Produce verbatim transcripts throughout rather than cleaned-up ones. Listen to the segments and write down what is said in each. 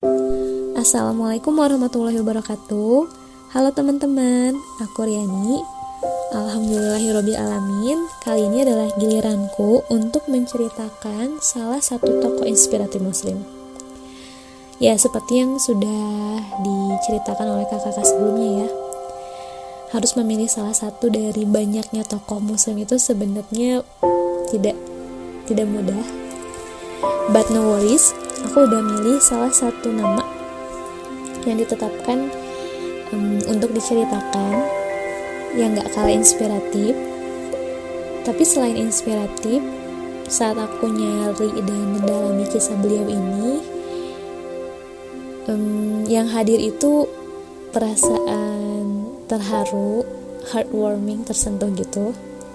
Assalamualaikum warahmatullahi wabarakatuh. Halo teman-teman, aku Riani. Alhamdulillahirabbil alamin. Kali ini adalah giliranku untuk menceritakan salah satu tokoh inspiratif muslim. Ya, seperti yang sudah diceritakan oleh kakak-kakak sebelumnya ya. Harus memilih salah satu dari banyaknya tokoh muslim itu sebenarnya tidak tidak mudah. But no worries, aku udah milih salah satu nama yang ditetapkan um, untuk diceritakan, yang gak kalah inspiratif. Tapi selain inspiratif, saat aku nyari dan mendalami kisah beliau ini, um, yang hadir itu perasaan terharu, heartwarming, tersentuh gitu.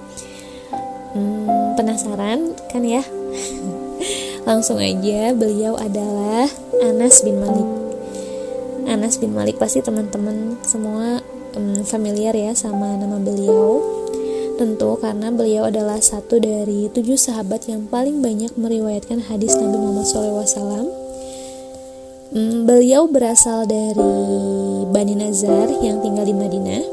hmm, Penasaran kan ya? Langsung aja, beliau adalah Anas bin Malik. Anas bin Malik, pasti teman-teman semua um, familiar ya sama nama beliau. Tentu karena beliau adalah satu dari tujuh sahabat yang paling banyak meriwayatkan hadis Nabi Muhammad shallallahu alaihi wasallam. um, Beliau berasal dari Bani Nazar yang tinggal di Madinah.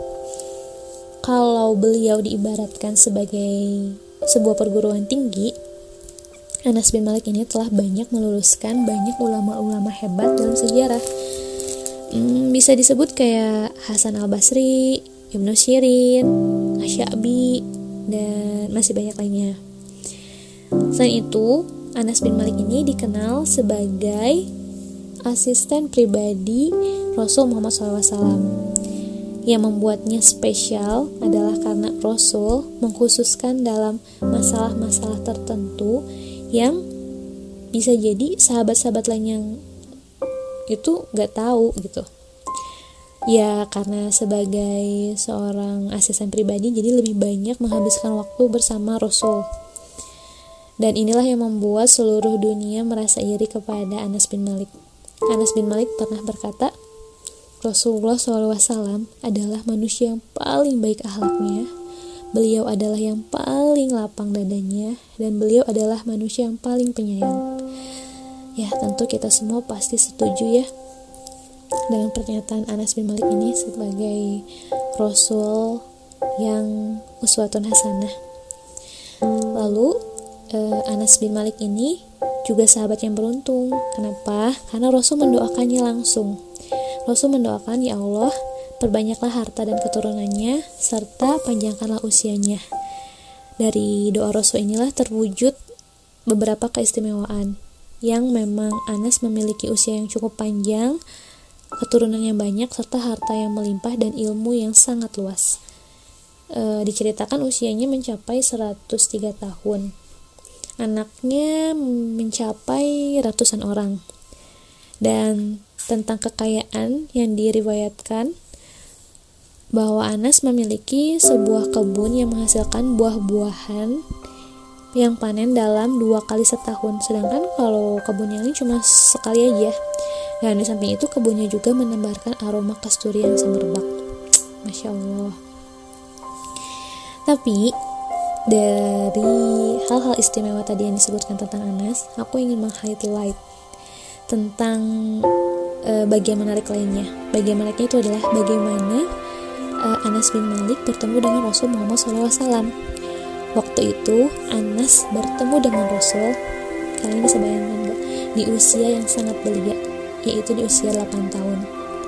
Kalau beliau diibaratkan sebagai sebuah perguruan tinggi, Anas bin Malik ini telah banyak meluluskan banyak ulama-ulama hebat dalam sejarah. Hmm, bisa disebut kayak Hasan al-Basri, Ibnu Sirin, Asy-Sya'bi, dan masih banyak lainnya. Selain itu, Anas bin Malik ini dikenal sebagai asisten pribadi Rasul Muhammad shallallahu alaihi wasallam. Yang membuatnya spesial adalah karena Rasul mengkhususkan dalam masalah-masalah tertentu yang bisa jadi sahabat-sahabat lain yang itu gak tahu gitu. Ya karena sebagai seorang asisten pribadi, jadi lebih banyak menghabiskan waktu bersama Rasul. Dan inilah yang membuat seluruh dunia merasa iri kepada Anas bin Malik. Anas bin Malik pernah berkata, Rasulullah shallallahu alaihi wasallam adalah manusia yang paling baik akhlaknya. Beliau adalah yang paling lapang dadanya, dan beliau adalah manusia yang paling penyayang. Ya, tentu kita semua pasti setuju ya dengan pernyataan Anas bin Malik ini sebagai Rasul yang uswatun hasanah. Lalu eh, Anas bin Malik ini juga sahabat yang beruntung. Kenapa? Karena Rasul mendoakannya langsung. Rasul mendoakan, ya Allah, perbanyaklah harta dan keturunannya, serta panjangkanlah usianya. Dari doa Rasul inilah terwujud beberapa keistimewaan, yang memang Anas memiliki usia yang cukup panjang, keturunan yang banyak, serta harta yang melimpah dan ilmu yang sangat luas. E, diceritakan usianya mencapai seratus tiga tahun. Anaknya mencapai ratusan orang. Dan tentang kekayaan yang diriwayatkan bahwa Anas memiliki sebuah kebun yang menghasilkan buah-buahan yang panen dalam dua kali setahun, sedangkan kalau kebun yang lain cuma sekali aja. Dan di samping itu kebunnya juga menebarkan aroma kasturi yang semerbak. Masya Allah. Tapi dari hal-hal istimewa tadi yang disebutkan tentang Anas, aku ingin meng-highlight tentang e, bagian menarik lainnya. Bagian menariknya itu adalah bagaimana e, Anas bin Malik bertemu dengan Rasul Muhammad shallallahu alaihi wasallam. Waktu itu Anas bertemu dengan Rasul, kalian bisa bayangkan gak? Di usia yang sangat belia, yaitu di usia delapan tahun.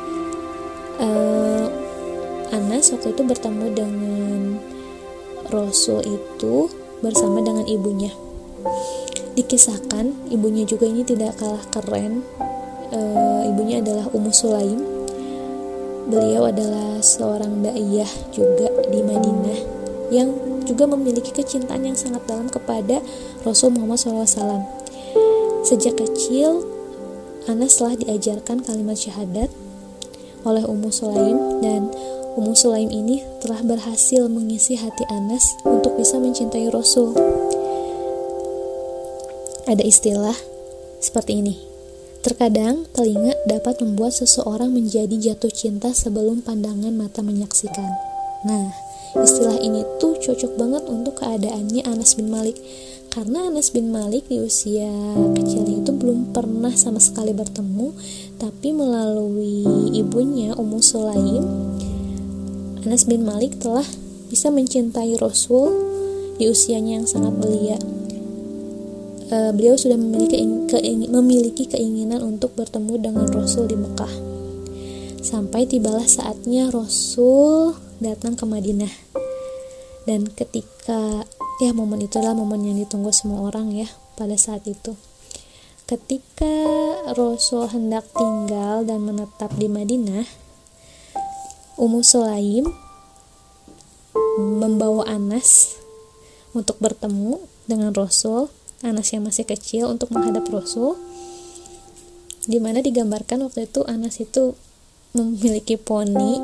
uh, Anas waktu itu bertemu dengan Rasul itu bersama dengan ibunya. Dikisahkan ibunya juga ini tidak kalah keren. uh, Ibunya adalah Ummu Sulaim. Beliau adalah seorang daiyah juga di Madinah, yang juga memiliki kecintaan yang sangat dalam kepada Rasul Muhammad shallallahu alaihi wasallam. Sejak kecil, Anas telah diajarkan kalimat syahadat oleh Ummu Sulaim, dan Ummu Sulaim ini telah berhasil mengisi hati Anas untuk bisa mencintai Rasul. Ada istilah seperti ini, terkadang telinga dapat membuat seseorang menjadi jatuh cinta sebelum pandangan mata menyaksikan. Nah, istilah ini tuh cocok banget untuk keadaannya Anas bin Malik, Karena Anas bin Malik di usia kecilnya itu belum pernah sama sekali bertemu, tapi melalui ibunya Ummu Sulaim, Anas bin Malik telah bisa mencintai Rasul di usianya yang sangat belia. E, beliau sudah memiliki, keing, memiliki keinginan untuk bertemu dengan Rasul di Mekah. Sampai tibalah saatnya Rasul datang ke Madinah. Dan ketika ya momen itu adalah momen yang ditunggu semua orang ya pada saat itu. Ketika Rasul hendak tinggal dan menetap di Madinah, Ummu Sulaim membawa Anas untuk bertemu dengan Rasul, Anas yang masih kecil, untuk menghadap Rasul, di mana digambarkan waktu itu Anas itu memiliki poni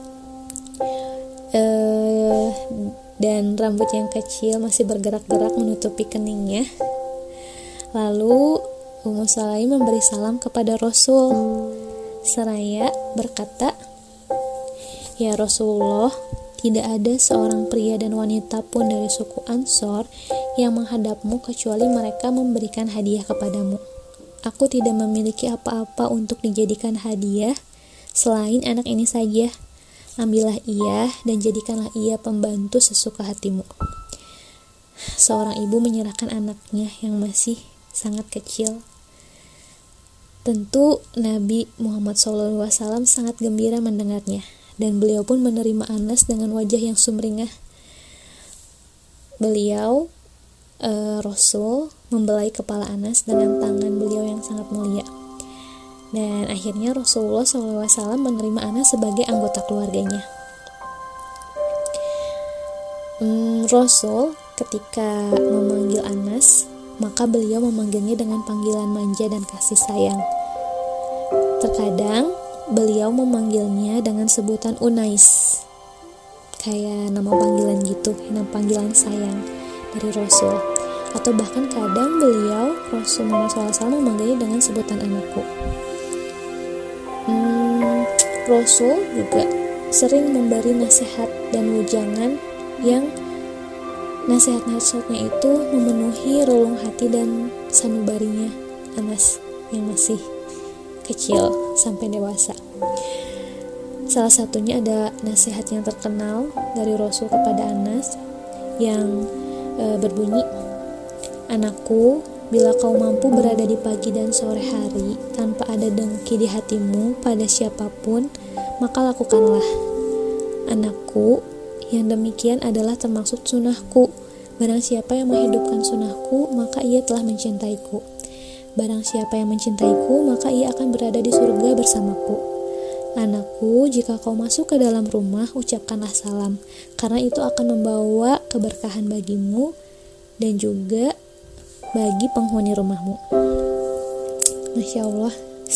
eh, dan rambut yang kecil masih bergerak-gerak menutupi keningnya. Lalu Ummu Sulaim memberi salam kepada Rasul seraya berkata, "Ya Rasulullah, tidak ada seorang pria dan wanita pun dari suku Ansor yang menghadapmu kecuali mereka memberikan hadiah kepadamu. Aku tidak memiliki apa-apa untuk dijadikan hadiah selain anak ini saja. Ambillah ia dan jadikanlah ia pembantu sesuka hatimu." Seorang ibu menyerahkan anaknya yang masih sangat kecil. Tentu Nabi Muhammad shallallahu alaihi wasallam sangat gembira mendengarnya, dan beliau pun menerima Anas dengan wajah yang sumringah. Beliau e, Rasul membelai kepala Anas dengan tangan beliau yang sangat mulia. Dan akhirnya Rasulullah shallallahu alaihi wasallam menerima Anas sebagai anggota keluarganya. Hmm, Rasul ketika memanggil Anas, maka beliau memanggilnya dengan panggilan manja dan kasih sayang. Terkadang beliau memanggilnya dengan sebutan Unais, kayak nama panggilan gitu, nama panggilan sayang dari Rasul. Atau bahkan kadang beliau Rasul Muhammad shallallahu alaihi wasallam memanggilnya dengan sebutan anakku. hmm, Rasul juga sering memberi nasihat dan wejangan yang nasihat-nasihatnya itu memenuhi relung hati dan sanubarinya Anas yang masih kecil sampai dewasa. Salah satunya ada nasihat yang terkenal dari Rasul kepada Anas yang e, berbunyi, "Anakku, bila kau mampu berada di pagi dan sore hari tanpa ada dengki di hatimu pada siapapun, maka lakukanlah. Anakku, yang demikian adalah termaksud sunnahku. Barang siapa yang menghidupkan sunnahku, maka ia telah mencintaiku. Barang siapa yang mencintaiku, maka ia akan berada di surga bersamaku. Anakku, jika kau masuk ke dalam rumah, ucapkanlah salam, karena itu akan membawa keberkahan bagimu dan juga bagi penghuni rumahmu." Masya Allah,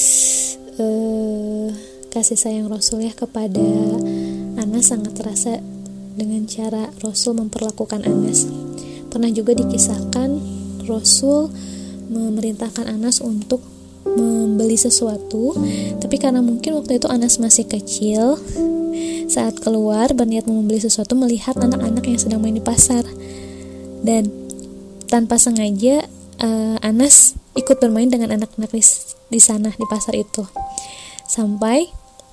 eh, kasih sayang Rasul ya kepada Anas sangat terasa dengan cara Rasul memperlakukan Anas. Pernah juga dikisahkan Rasul memerintahkan Anas untuk membeli sesuatu, tapi karena mungkin waktu itu Anas masih kecil, saat keluar berniat membeli sesuatu melihat anak-anak yang sedang main di pasar, dan tanpa sengaja uh, Anas ikut bermain dengan anak-anak di, di sana di pasar itu, sampai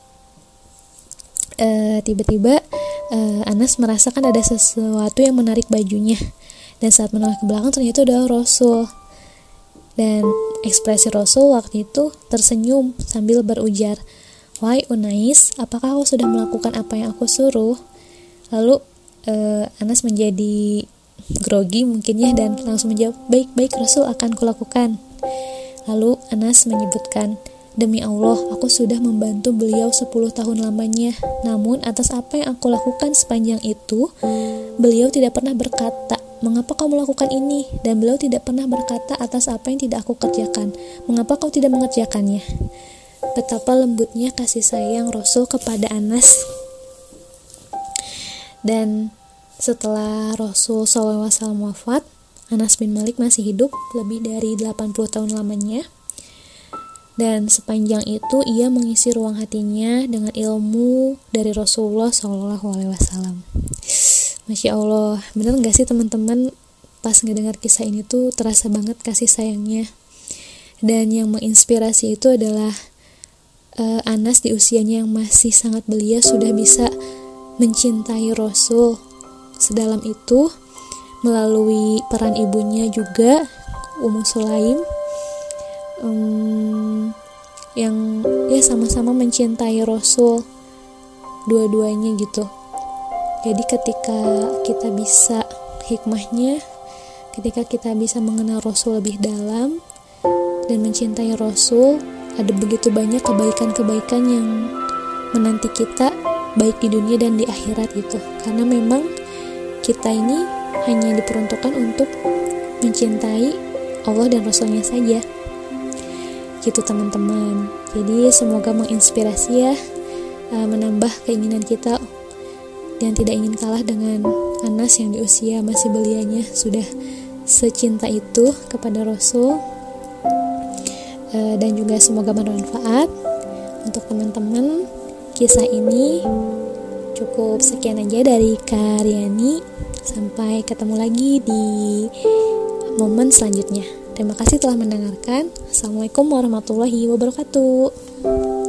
uh, tiba-tiba uh, Anas merasakan ada sesuatu yang menarik bajunya, dan saat menoleh ke belakang ternyata udah Rasul. Dan ekspresi Rasul waktu itu tersenyum sambil berujar, "Wahai Unais, apakah kau sudah melakukan apa yang aku suruh?" Lalu uh, Anas menjadi grogi mungkin ya, dan langsung menjawab, "Baik-baik Rasul, akan kulakukan." Lalu Anas menyebutkan, "Demi Allah, aku sudah membantu beliau sepuluh tahun lamanya. Namun atas apa yang aku lakukan sepanjang itu, beliau tidak pernah berkata, 'Mengapa kau melakukan ini?' Dan beliau tidak pernah berkata atas apa yang tidak aku kerjakan, 'Mengapa kau tidak mengerjakannya?'" Betapa lembutnya kasih sayang Rasul kepada Anas. Dan setelah Rasul shallallahu alaihi wasallam wafat, Anas bin Malik masih hidup lebih dari delapan puluh tahun lamanya. Dan sepanjang itu ia mengisi ruang hatinya dengan ilmu dari Rasulullah shallallahu alaihi wasallam. Masya Allah, bener gak sih teman-teman, pas ngedengar kisah ini tuh terasa banget kasih sayangnya. Dan yang menginspirasi itu adalah uh, Anas di usianya yang masih sangat belia sudah bisa mencintai Rasul sedalam itu melalui peran ibunya juga, Ummu Sulaim, um, yang ya sama-sama mencintai Rasul dua-duanya gitu. Jadi ketika kita bisa hikmahnya, ketika kita bisa mengenal Rasul lebih dalam dan mencintai Rasul, ada begitu banyak kebaikan-kebaikan yang menanti kita baik di dunia dan di akhirat gitu. Karena memang kita ini hanya diperuntukkan untuk mencintai Allah dan Rasulnya saja gitu teman-teman. Jadi semoga menginspirasi ya, menambah keinginan kita yang tidak ingin kalah dengan Anas yang di usia masih belianya sudah secinta itu kepada Rasul. E, dan juga semoga bermanfaat untuk teman-teman. Kisah ini cukup sekian aja dari Kak Riani. Sampai ketemu lagi di momen selanjutnya. Terima kasih telah mendengarkan. Assalamualaikum warahmatullahi wabarakatuh.